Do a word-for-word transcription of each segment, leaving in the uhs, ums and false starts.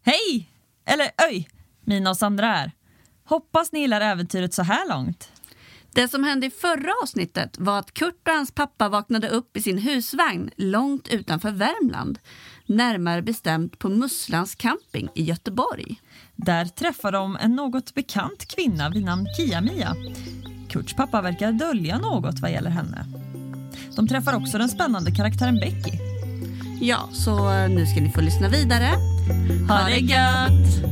Hej! Eller öj, Mina och Sandra här. Hoppas ni gillar äventyret så här långt. Det som hände i förra avsnittet var att Kurt och hans pappa vaknade upp i sin husvagn långt utanför Värmland. Närmare bestämt på Musslans camping i Göteborg. Där träffar de en något bekant kvinna vid namn Kia-Mia. Kurts pappa verkar dölja något vad gäller henne. De träffar också den spännande karaktären Becky. Ja, så nu ska ni få lyssna vidare. Ha det gött!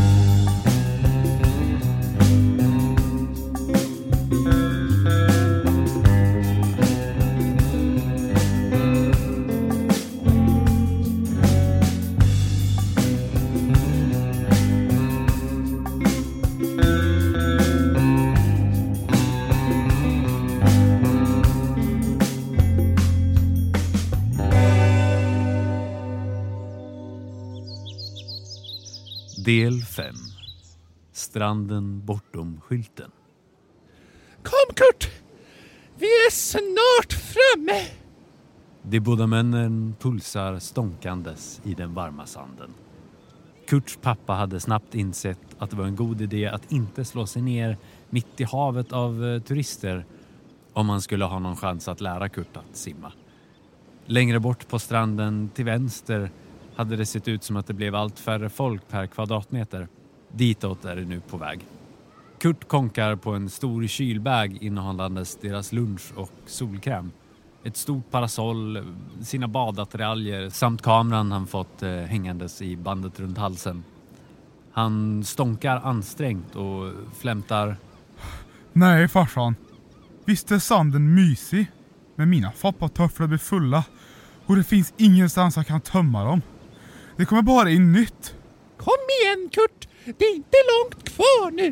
Del fem. Stranden bortom skylten. Kom Kurt! Vi är snart framme! De båda männen pulsar stånkandes i den varma sanden. Kurts pappa hade snabbt insett att det var en god idé att inte slå sig ner mitt i havet av turister om man skulle ha någon chans att lära Kurt att simma. Längre bort på stranden till vänster hade det sett ut som att det blev allt färre folk per kvadratmeter. Ditåt är det nu på väg. Kurt konkar på en stor kylbag innehållandes deras lunch och solkräm. Ett stort parasoll, sina badattiraljer samt kameran han fått eh, hängandes i bandet runt halsen. Han stånkar ansträngt och flämtar. Nej farsan, visst är sanden mysig, men mina foppatofflor blir fulla och det finns ingenstans jag kan tömma dem. Det kommer bara in nytt. Kom igen Kurt, det är inte långt kvar nu.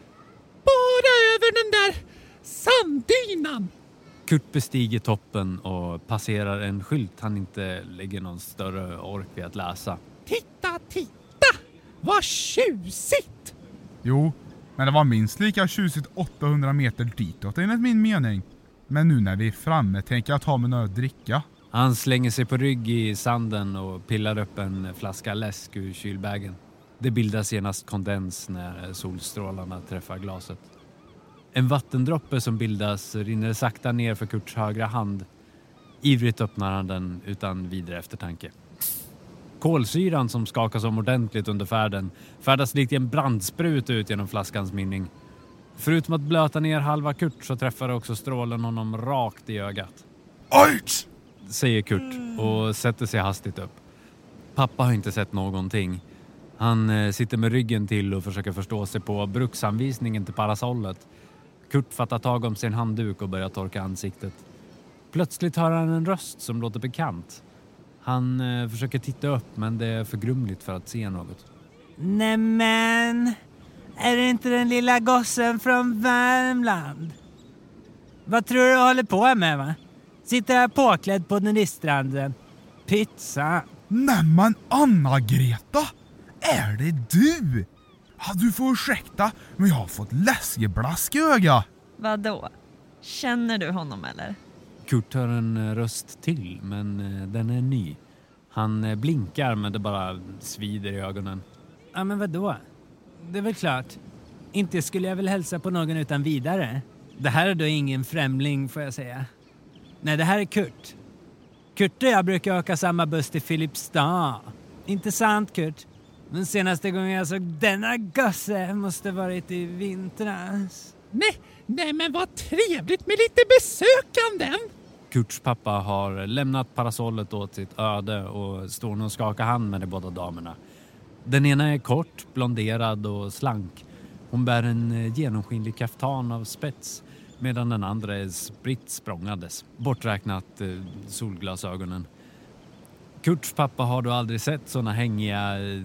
Bara över den där sanddynan. Kurt bestiger toppen och passerar en skylt han inte lägger någon större ork vid att läsa. Titta, titta! Vad tjusigt! Jo, men det var minst lika tjusigt åttahundra meter ditåt enligt min mening. Men nu när vi är framme tänker jag ta mig några att dricka. Han slänger sig på rygg i sanden och pillar upp en flaska läsk ur kylbägen. Det bildas genast kondens när solstrålarna träffar glaset. En vattendroppe som bildas rinner sakta ner för Kurts högra hand. Ivrigt öppnar han den utan vidare eftertanke. Kolsyran som skakas om ordentligt under färden färdas likt en brandsprut ut genom flaskans mynning. Förutom att blöta ner halva Kurt så träffar också strålen honom rakt i ögat. Oj! Säger Kurt och sätter sig hastigt upp. Pappa har inte sett någonting. Han eh, sitter med ryggen till och försöker förstå sig på bruksanvisningen till parasollet. Kurt fattar tag om sin handduk och börjar torka ansiktet. Plötsligt hör han en röst som låter bekant. Han eh, försöker titta upp men det är för grumligt för att se något. Nämen, är det inte den lilla gossen från Värmland? Vad tror du håller på med, va? Sitter här påklädd på nudiststranden. Pizza. Nämen Anna-Greta, är det du? Ja, du får ursäkta, men jag har fått läskeblask i öga. Vadå? Känner du honom eller? Kurt hör en röst till men den är ny. Han blinkar men det bara svider i ögonen. Ja, men vadå? Det är väl klart. Inte skulle jag väl hälsa på någon utan vidare. Det här är då ingen främling, får jag säga. Nej, det här är Kurt. Kurt och jag brukar åka samma buss till Filipstad. Inte sant, Kurt? Men senaste gången jag såg denna gosse måste varit i vintras. Nej, nej men vad trevligt med lite besökanden. Kurts pappa har lämnat parasollet åt sitt öde och står och skakar hand med de båda damerna. Den ena är kort, blonderad och slank. Hon bär en genomskinlig kaftan av spets medan den andra är spritt språngades, borträknat eh, solglasögonen. Kurts pappa har då aldrig sett såna hängiga eh,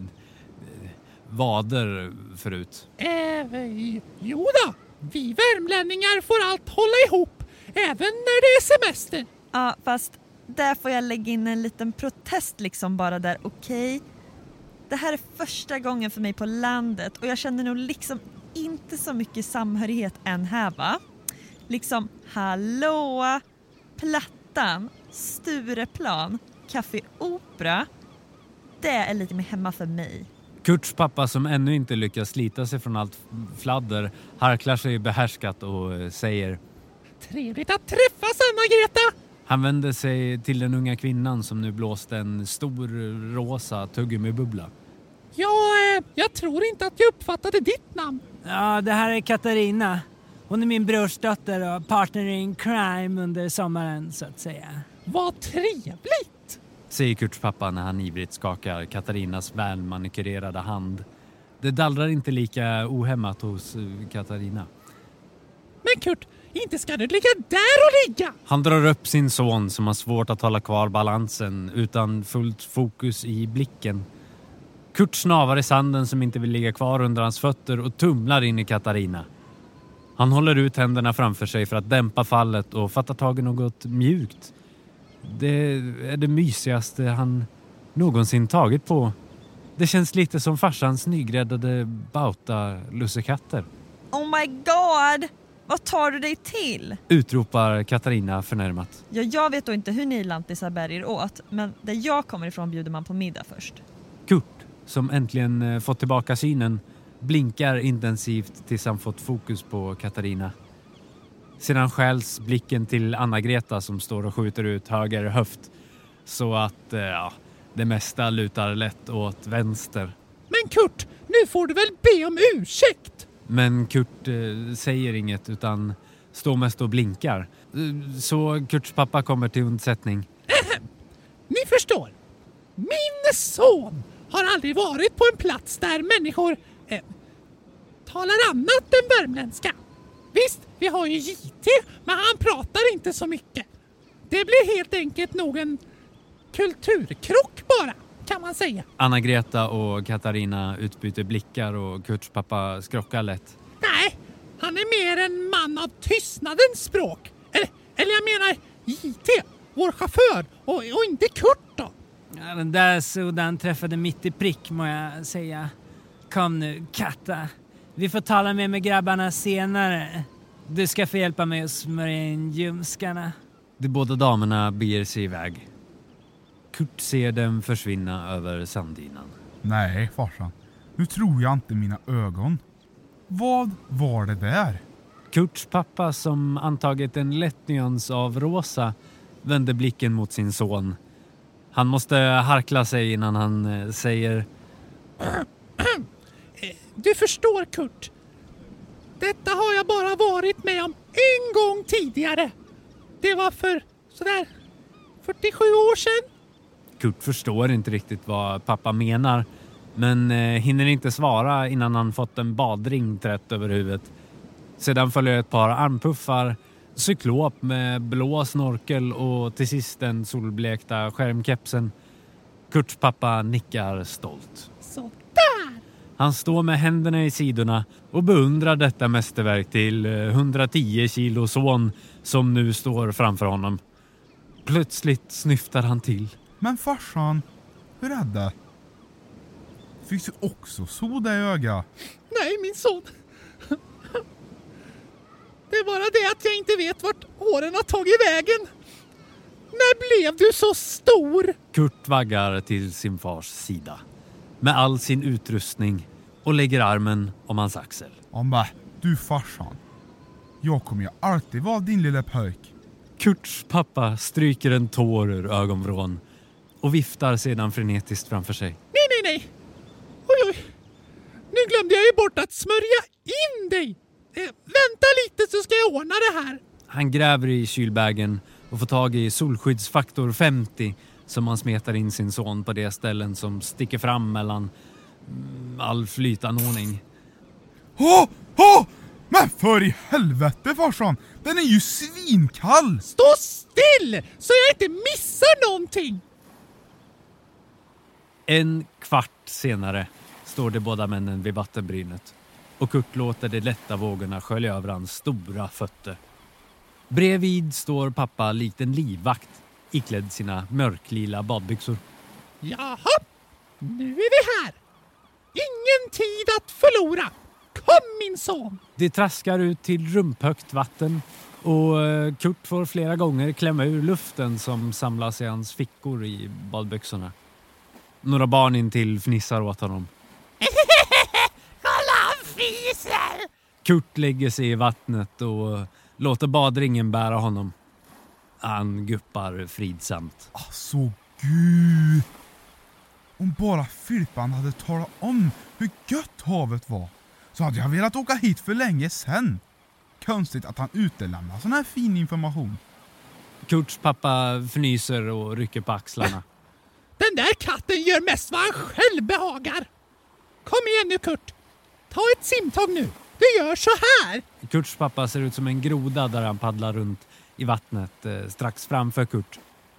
vader förut. Eh, jo då, vi värmlänningar får allt hålla ihop, även när det är semester. Ja, fast där får jag lägga in en liten protest liksom bara där, okej? Okay? Det här är första gången för mig på landet och jag känner nog liksom inte så mycket samhörighet än här, va? Liksom, hallå, Plattan, Stureplan, Café Opera. Det är lite mer hemma för mig. Kurts pappa, som ännu inte lyckas slita sig från allt fladder, harklar sig behärskat och säger: Trevligt att träffas, Anna-Greta! Han vänder sig till den unga kvinnan som nu blåste en stor rosa tuggummi-bubbla. Ja, eh, jag tror inte att jag uppfattade ditt namn. Ja, det här är Katarina. Hon är min brorsdotter och partner in crime under sommaren, så att säga. Vad trevligt! Säger Kurts pappa när han ivrigt skakar Katarinas välmanikurerade hand. Det dallrar inte lika ohämmat hos Katarina. Men Kurt, inte ska du ligga där och ligga! Han drar upp sin son som har svårt att hålla kvar balansen utan fullt fokus i blicken. Kurt snavar i sanden som inte vill ligga kvar under hans fötter och tumlar in i Katarina. Han håller ut händerna framför sig för att dämpa fallet och fatta tag i något mjukt. Det är det mysigaste han någonsin tagit på. Det känns lite som farsans nygräddade bauta-lussekatter. Oh my god! Vad tar du dig till? Utropar Katarina förnärmat. Ja, jag vet då inte hur ni lantisar bär åt, men där jag kommer ifrån bjuder man på middag först. Kurt, som äntligen fått tillbaka synen, blinkar intensivt tills han fått fokus på Katarina. Sedan skäls blicken till Anna-Greta som står och skjuter ut höger höft så att ja, det mesta lutar lätt åt vänster. Men Kurt, nu får du väl be om ursäkt? Men Kurt eh, säger inget utan står mest och blinkar. Så Kurts pappa kommer till undsättning. Ahem. Ni förstår. Min son har aldrig varit på en plats där människor eh, talar annat än värmländska. Visst, vi har ju J T, men han pratar inte så mycket. Det blir helt enkelt nog en kulturkrock bara, kan man säga. Anna-Greta och Katarina utbyter blickar och Kurts pappa skrockar lätt. Nej, han är mer en man av tystnadens språk. Eller, eller jag menar J T, vår chaufför, och, och inte Kurt då. Ja, den där sodan träffade mitt i prick, må jag säga. Kom nu, Katta. Vi får tala med med grabbarna senare. Du ska få hjälpa mig att smörja in ljumskarna. De båda damerna beger sig iväg. Kurt ser dem försvinna över sanddynan. Nej, farsan. Nu tror jag inte mina ögon. Vad var det där? Kurts pappa, som antagit en lätt nyans av rosa, vände blicken mot sin son. Han måste harkla sig innan han säger: Du förstår, Kurt. Detta har jag bara varit med om en gång tidigare. Det var för sådär fyrtiosju år sedan. Kurt förstår inte riktigt vad pappa menar, men eh, hinner inte svara innan han fått en badring trätt över huvudet. Sedan följer ett par armpuffar, cyklop med blå snorkel och till sist den solblekta skärmkepsen. Kurts pappa nickar stolt. Så där! Han står med händerna i sidorna och beundrar detta mästerverk till hundratio kilo son som nu står framför honom. Plötsligt snyftar han till. Men farsan, hur är det? Fick du också soda i öga? Nej, min son. Det är bara det att jag inte vet vart åren har tagit vägen. När blev du så stor? Kurt vaggar till sin fars sida med all sin utrustning och lägger armen om hans axel. Amma, du farsan. Jag kommer ju alltid vara din lilla pojk. Kurts pappa stryker en tår ur ögonvrån och viftar sedan frenetiskt framför sig. Nej, nej, nej. Oj, oj. Nu glömde jag ju bort att smörja in dig. Eh, vänta lite så ska jag ordna det här. Han gräver i kylbägen och får tag i solskyddsfaktor femtio som han smetar in sin son på de ställen som sticker fram mellan all flytanordning. Åh, åh! Men för i helvete, farsan! Den är ju svinkall! Stå still så jag inte missar någonting! En kvart senare står de båda männen vid vattenbrynet och Kurt låter de lätta vågorna skölja över hans stora fötter. Bredvid står pappa likt en livvakt iklädd sina mörklila badbyxor. Jaha, nu är vi här. Ingen tid att förlora. Kom, min son! De traskar ut till rumphögt vatten och Kurt får flera gånger klämma ur luften som samlas i hans fickor i badbyxorna. Några barn in till fnissar åt honom. bebisar! Kurt lägger sig i vattnet och låter badringen bära honom. Han guppar fridsamt. Alltså gud. Om bara Filippan hade talat om hur gött havet var, så hade jag velat åka hit för länge sedan. Konstigt att han utelämnar sån här fin information. Kurts pappa fnyser och rycker på axlarna. Den där katten gör mest vad han själv behagar. Kom igen nu Kurt. Ta ett simtag nu. Du gör så här. Kurts pappa ser ut som en groda där han paddlar runt i vattnet eh, strax framför Kurt.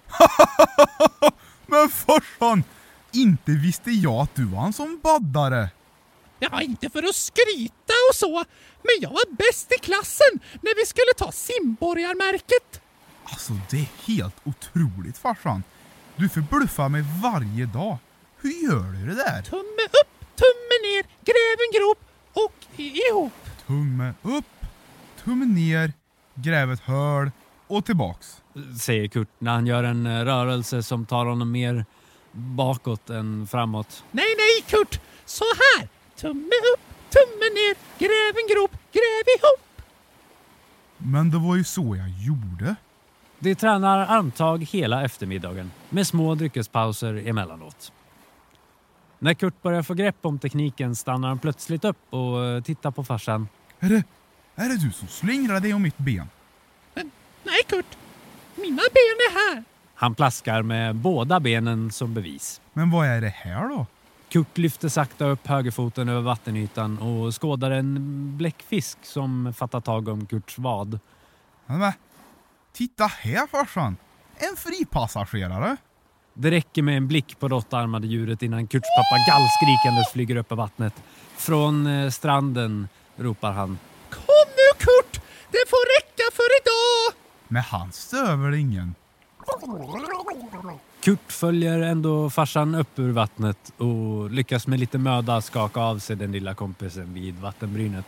Men farsan, inte visste jag att du var en sån baddare. Ja, inte för att skryta och så, men jag var bäst i klassen när vi skulle ta simborgarmärket. Alltså det är helt otroligt farsan. Du förbluffar mig varje dag. Hur gör du det där? Tumme upp, tumme ner, gräv en grop och ihop. Tumme upp, tumme ner, gräv ett hål och tillbaks. Säger Kurt när han gör en eh, rörelse som tar honom mer bakåt än framåt. Nej, nej Kurt, så här. Tumme upp, tumme ner, gräv en grop, gräv ihop. Men det var ju så jag gjorde. De tränar armtag hela eftermiddagen med små dryckespauser emellanåt. När Kurt börjar få grepp om tekniken stannar han plötsligt upp och tittar på farsan. Är det, är det du som slingrar dig om mitt ben? Men, nej Kurt, mina ben är här. Han plaskar med båda benen som bevis. Men vad är det här då? Kurt lyfter sakta upp högerfoten över vattenytan och skådar en bläckfisk som fattar tag om Kurts vad. Men, titta här farsan, en fripassagerare. Det räcker med en blick på det åttaarmade djuret innan Kurts pappa gallskrikandes flyger upp i vattnet. Från eh, stranden ropar han. Kom nu Kurt, det får räcka för idag. Men han stöver ingen. Kurt följer ändå farsan upp ur vattnet och lyckas med lite möda skaka av sig den lilla kompisen vid vattenbrynet.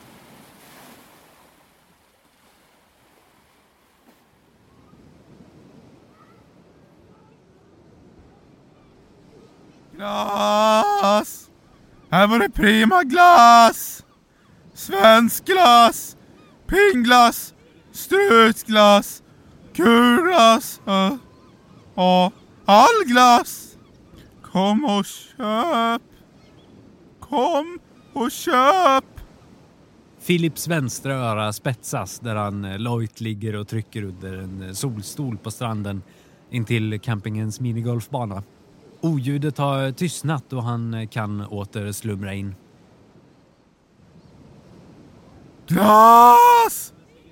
Glass! Här var det prima glass! Svensk glass! Pingglass! Strutglass! Kurglass! Ja, ja, all glass! Kom och köp! Kom och köp! Philips vänstra öra spetsas där han lojt ligger och trycker under en solstol på stranden intill campingens minigolfbana. Oljudet har tystnat och han kan åter slumra in. Glass!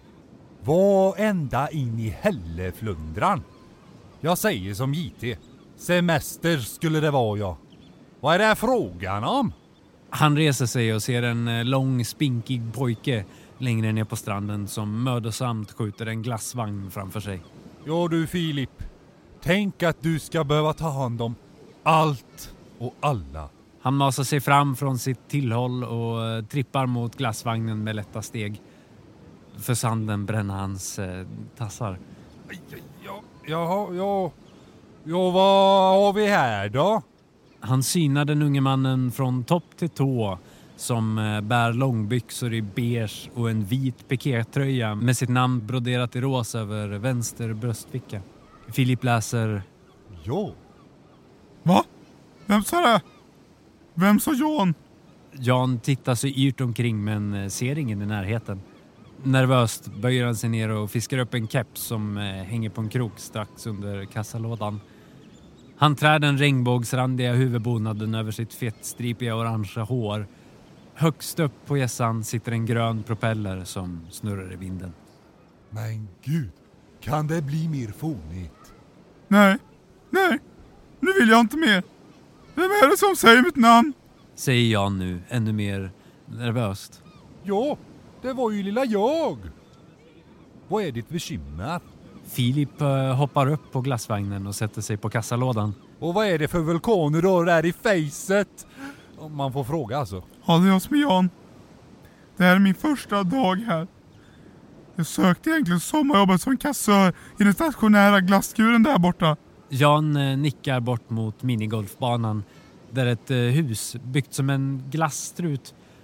Vad ända in i hälleflundran. Jag säger som J T. Semester skulle det vara, ja. Vad är det här frågan om? Han reser sig och ser en lång, spinkig pojke längre ner på stranden som mödosamt skjuter en glassvagn framför sig. Ja du Filip, tänk att du ska behöva ta hand om allt och alla. Han masar sig fram från sitt tillhåll och trippar mot glassvagnen med lätta steg. För sanden bränner hans eh, tassar. Ja, ja, ja, ja, vad har vi här då? Han synar den unge mannen från topp till tå som eh, bär långbyxor i beige och en vit pikétröja med sitt namn broderat i rosa över vänster bröstficka. Filip läser... Ja. Va? Vem sa det? Vem sa Jan? Jan tittar sig yrt omkring men ser ingen i närheten. Nervöst böjer han sig ner och fiskar upp en keps som eh, hänger på en krok strax under kassalådan. Han trär den regnbågsrandiga huvudbonaden över sitt fettstripiga orangea hår. Högst upp på gässan sitter en grön propeller som snurrar i vinden. Men gud, kan det bli mer fånigt? Nej, nej, nu vill jag inte mer. Vem är det som säger mitt namn? Säger Jan nu, ännu mer nervöst. Ja, det var ju lilla jag. Vad är ditt bekymmer? Filip eh, hoppar upp på glassvagnen och sätter sig på kassalådan. Och vad är det för vulkaner då där i facet? Om man får fråga alltså. Ja, det är jag som är Jan. Det här är min första dag här. Jag sökte egentligen sommarjobbet som kassör i den stationära glasskuren där borta. Jan eh, nickar bort mot minigolfbanan där ett eh, hus byggt som en glasstrut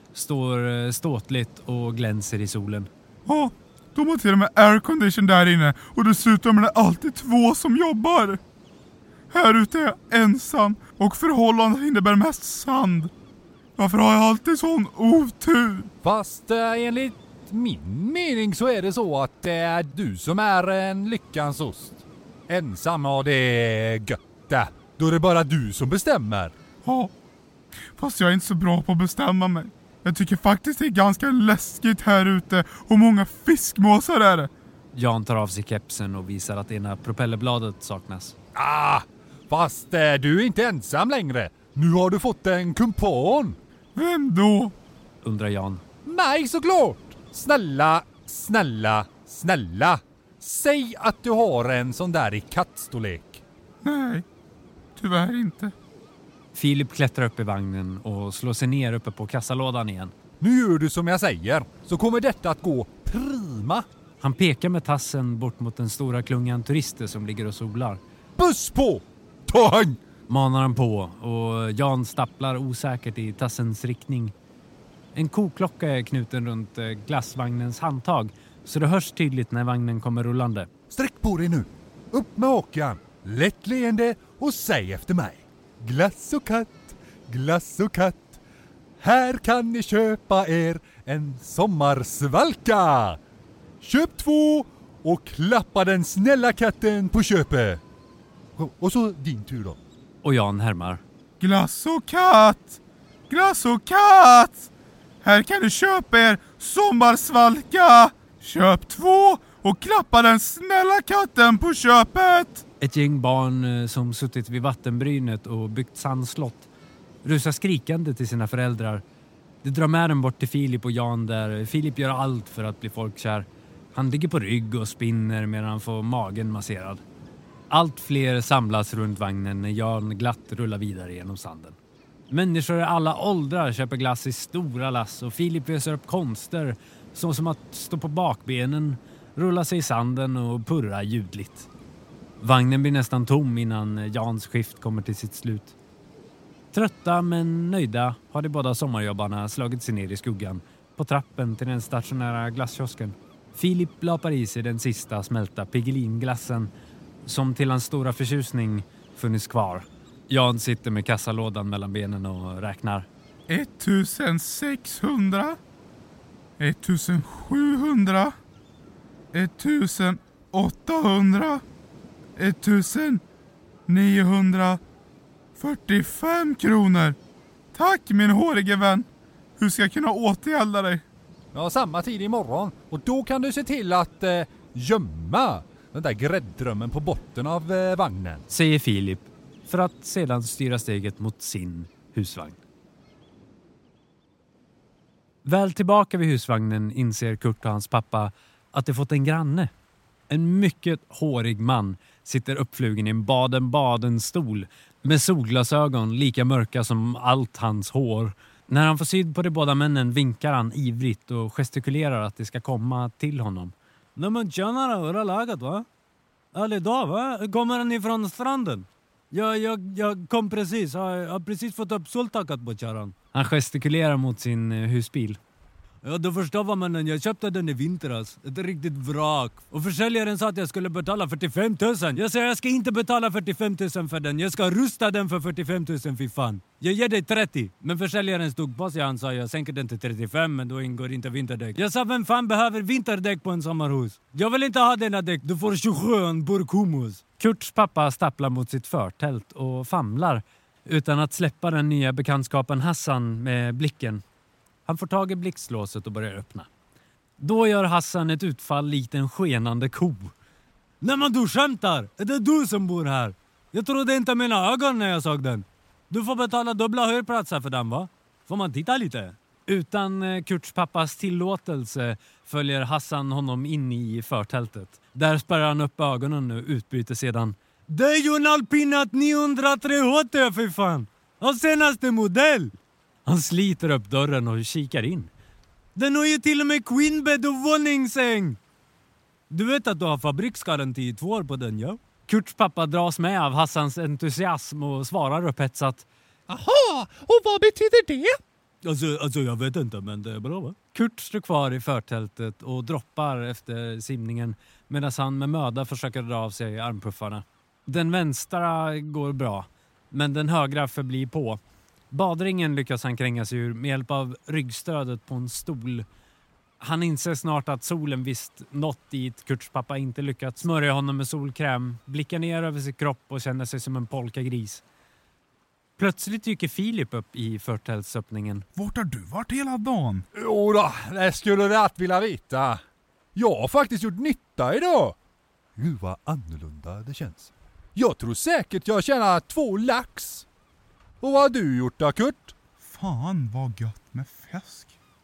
står ståtligt och glänser i solen. Ja, de har till och med aircondition där inne och dessutom är det alltid två som jobbar. Här ute är jag ensam och förhållandet innebär mest sand. Varför har jag alltid sån otur? Fast eh, enligt min mening så är det så att det är du som är en lyckans ost. Ensam, ja det är gött där. Då är det bara du som bestämmer. Ja, fast jag är inte så bra på att bestämma mig. Jag tycker faktiskt det är ganska läskigt här ute och många fiskmåsar är det. Jan tar av sig kepsen och visar att ena propellerbladet saknas. Ah, fast eh, du är inte ensam längre. Nu har du fått en kumpan. Vem då? Undrar Jan. Nej, såklart. Snälla, snälla, snälla. Säg att du har en sån där i kattstorlek. Nej, tyvärr inte. Filip klättrar upp i vagnen och slår sig ner uppe på kassalådan igen. Nu gör du som jag säger, så kommer detta att gå prima. Han pekar med tassen bort mot den stora klungan turister som ligger och solar. Buss på! Tang! Manar han på och Jan stapplar osäkert i tassens riktning. En koklocka är knuten runt glassvagnens handtag så det hörs tydligt när vagnen kommer rullande. Sträck på dig nu. Upp med hakan. Lätt leende och säg efter mig. Glass och katt, glass och katt. Här kan ni köpa er en sommarsvalka. Köp två och klappa den snälla katten på köpet. Och så din tur då. Och Jan härmar. Glass och katt! Glass och katt! Här kan du köpa er sommarsvalka! Köp två och klappa den snälla katten på köpet! Ett gäng barn som suttit vid vattenbrynet och byggt sandslott rusar skrikande till sina föräldrar. Det drar med dem bort till Filip och Jan där Filip gör allt för att bli folkkär. Han ligger på rygg och spinner medan han får magen masserad. Allt fler samlas runt vagnen när Jan glatt rullar vidare genom sanden. Människor i alla åldrar köper glass i stora lass och Filip visar upp konster så som att stå på bakbenen, rulla sig i sanden och purra ljudligt. Vagnen blir nästan tom innan Jans skift kommer till sitt slut. Trötta men nöjda har de båda sommarjobbarna slagit sig ner i skuggan på trappen till den stationära glasskiosken. Filip lapar i sig den sista smälta Piggelin-glassen som till hans stora förtjusning funnits kvar. Jan sitter med kassalådan mellan benen och räknar. ettusensexhundra, ettusensjuhundra, ettusenåttahundra, ettusenniohundrafyrtiofem kronor. Tack min hårige vän. Hur ska jag kunna återgälda dig? Ja, samma tid imorgon. Och då kan du se till att eh, gömma den där grädddrömmen på botten av eh, vagnen. Säger Filip för att sedan styra steget mot sin husvagn. Väl tillbaka vid husvagnen inser Kurt och hans pappa att de fått en granne. En mycket hårig man sitter uppflugen i en baden-baden-stol med solglasögon lika mörka som allt hans hår. När han får syd på de båda männen vinkar han ivrigt och gestikulerar att de ska komma till honom. Nej men tjänare, hur är läget va? Ärlig dag va? Kommer ni från stranden? Jag, jag, jag kom precis, jag har precis fått upp soltakat på kärran. Han gestikulerar mot sin husbil. Ja, du förstår vad mannen, jag köpte den i vintras. Ett riktigt vrak. Och försäljaren sa att jag skulle betala fyrtiofem tusen. Jag säger jag ska inte betala fyrtiofem tusen för den. Jag ska rusta den för fyrtiofem tusen, fy fan. Jag ger dig trettio. Men försäljaren stod på sig, han sa jag sänker den till trettiofem men då ingår inte vinterdäck. Jag sa vem fan behöver vinterdäck på en sommarhus? Jag vill inte ha denna däck, du får tjugosju en burk hummus. Kurts pappa stapplar mot sitt förtält och famlar utan att släppa den nya bekantskapen Hassan med blicken. Han får tag i blixtlåset och börjar öppna. Då gör Hassan ett utfall likt en skenande ko. Nej men du skämtar! Är det du som bor här? Jag trodde inte mina ögon när jag såg den. Du får betala dubbla hörplatser för den va? Får man titta lite? Utan Kurts pappas tillåtelse följer Hassan honom in i förtältet. Där spärrar han upp ögonen och utbryter sedan. Det är ju en Alpinat niohundratre H T för fan! Och senaste modell! Han sliter upp dörren och kikar in. Den har ju till och med queenbed och våningssäng! Du vet att du har fabriksgaranti i två år på den, ja? Kurts pappa dras med av Hassans entusiasm och svarar upphetsat. Aha, och vad betyder det? Alltså, alltså jag vet inte, men det är bra va? Kurt står kvar i förtältet och droppar efter simningen medan han med möda försöker dra av sig armpuffarna. Den vänstra går bra, men den högra förblir på. Badringen lyckas han kränga sig ur med hjälp av ryggstödet på en stol. Han inser snart att solen visst nått dit Kurts pappa inte lyckats smörja honom med solkräm, blickar ner över sin kropp och känner sig som en polkagris. Plötsligt dyker Filip upp i förtältsöppningen. Vart har du varit hela dagen? Jo då, det skulle du att vilja veta. Jag har faktiskt gjort nytta idag. Gud vad annorlunda det känns. Jag tror säkert jag tjänar två lax. Och vad har du gjort då, Kurt? Fan vad gött med fisk.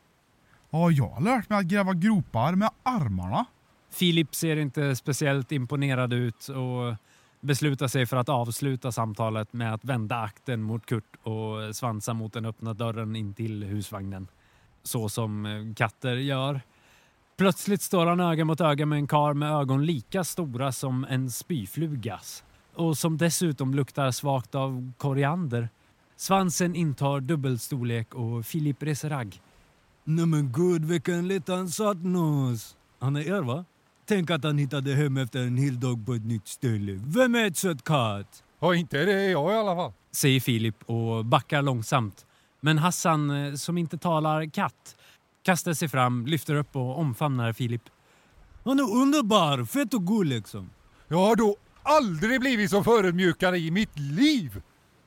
Ja, jag har lärt mig att gräva gropar med armarna. Filip ser inte speciellt imponerad ut och beslutar sig för att avsluta samtalet med att vända akten mot Kurt och svansa mot den öppna dörren in till husvagnen. Så som katter gör. Plötsligt står han öga mot öga med en karl med ögon lika stora som en spyflugas. Och som dessutom luktar svagt av koriander. Svansen intar dubbelstorlek och Filip reser ragg. Nej men gud, vilken liten sötnos. Han är er va? Tänk att han hittade hem efter en hel dag på ett nytt ställe. Vem är ett sött katt? Ja, inte det är jag i alla fall. Säger Filip och backar långsamt. Men Hassan, som inte talar katt, kastar sig fram, lyfter upp och omfamnar Filip. Han är underbar, fett och god liksom. Jag har då aldrig blivit så förödmjukare i mitt liv.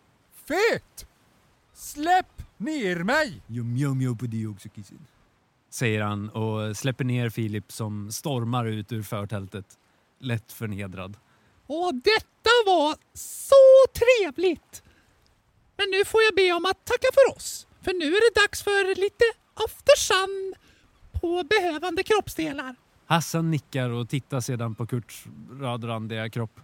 Fett! Släpp ner mig! Jag mjau mjau på det också, kissen. Säger han och släpper ner Filip som stormar ut ur förtältet. Lätt förnedrad. Och detta var så trevligt! Men nu får jag be om att tacka för oss. För nu är det dags för lite aftersun på behövande kroppsdelar. Hassan nickar och tittar sedan på Kurts rödrandiga kropp.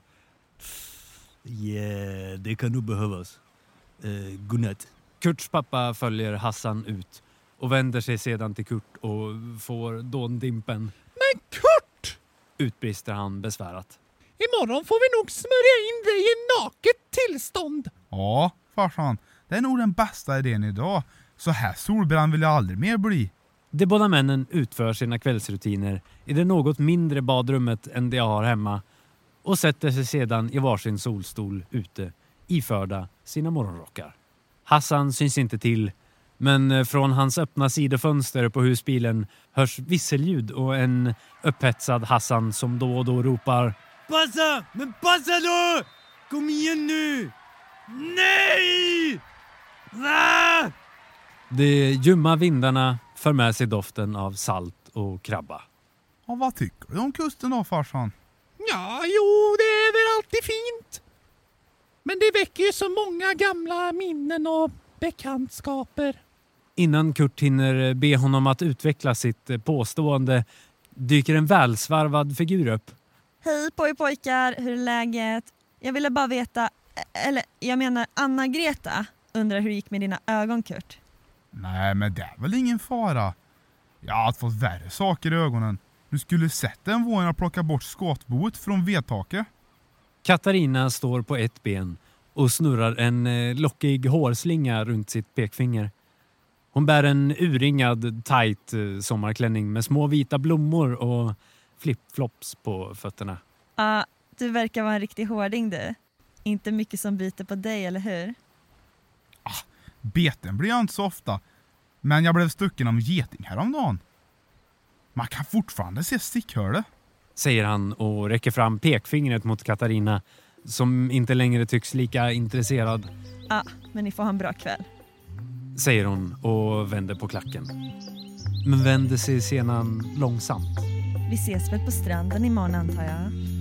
Ja, yeah, det kan nog behövas. Eh, godnatt. Kurts pappa följer Hassan ut och vänder sig sedan till Kurt och får dåndimpen. Men Kurt! Utbrister han besvärat. Imorgon får vi nog smörja in dig i naket tillstånd. Ja, farsan. Det är nog den bästa idén idag. Så här solbrand vill jag aldrig mer bli. De båda männen utför sina kvällsrutiner i det något mindre badrummet än det jag har hemma och sätter sig sedan i varsin solstol ute, iförda sina morgonrockar. Hassan syns inte till, men från hans öppna sidofönster på husbilen hörs visselljud och en upphetsad Hassan som då och då ropar: Passa! Men passa då! Kom igen nu! Nej! Ah! De ljumma vindarna för med sig doften av salt och krabba. Ja, vad tycker du om kusten då, farsan? Ja, jo, det är väl alltid fint. Men det väcker ju så många gamla minnen och bekantskaper. Innan Kurt hinner be honom att utveckla sitt påstående dyker en välsvarvad figur upp. Hej poj pojkar, hur är läget? Jag ville bara veta, eller jag menar Anna-Greta undrar hur det gick med dina ögon, Kurt. Nej, men det är väl ingen fara. Jag har fått värre saker i ögonen. Du skulle sett en våning att plocka bort skåtboet från vedtaket. Katarina står på ett ben och snurrar en eh, lockig hårslinga runt sitt pekfinger. Hon bär en urringad, tight eh, sommarklänning med små vita blommor och flipflops på fötterna. Ja, uh, du verkar vara en riktig hårding du. Inte mycket som biter på dig, eller hur? Ah, beten blir jag inte så ofta. Men jag blev stucken av geting häromdagen. Man kan fortfarande se stickhörde. Säger han och räcker fram pekfingret mot Katarina som inte längre tycks lika intresserad. Ja, men ni får ha en bra kväll. Säger hon och vänder på klacken. Men vänder sig sedan långsamt. Vi ses väl på stranden imorgon, antar jag.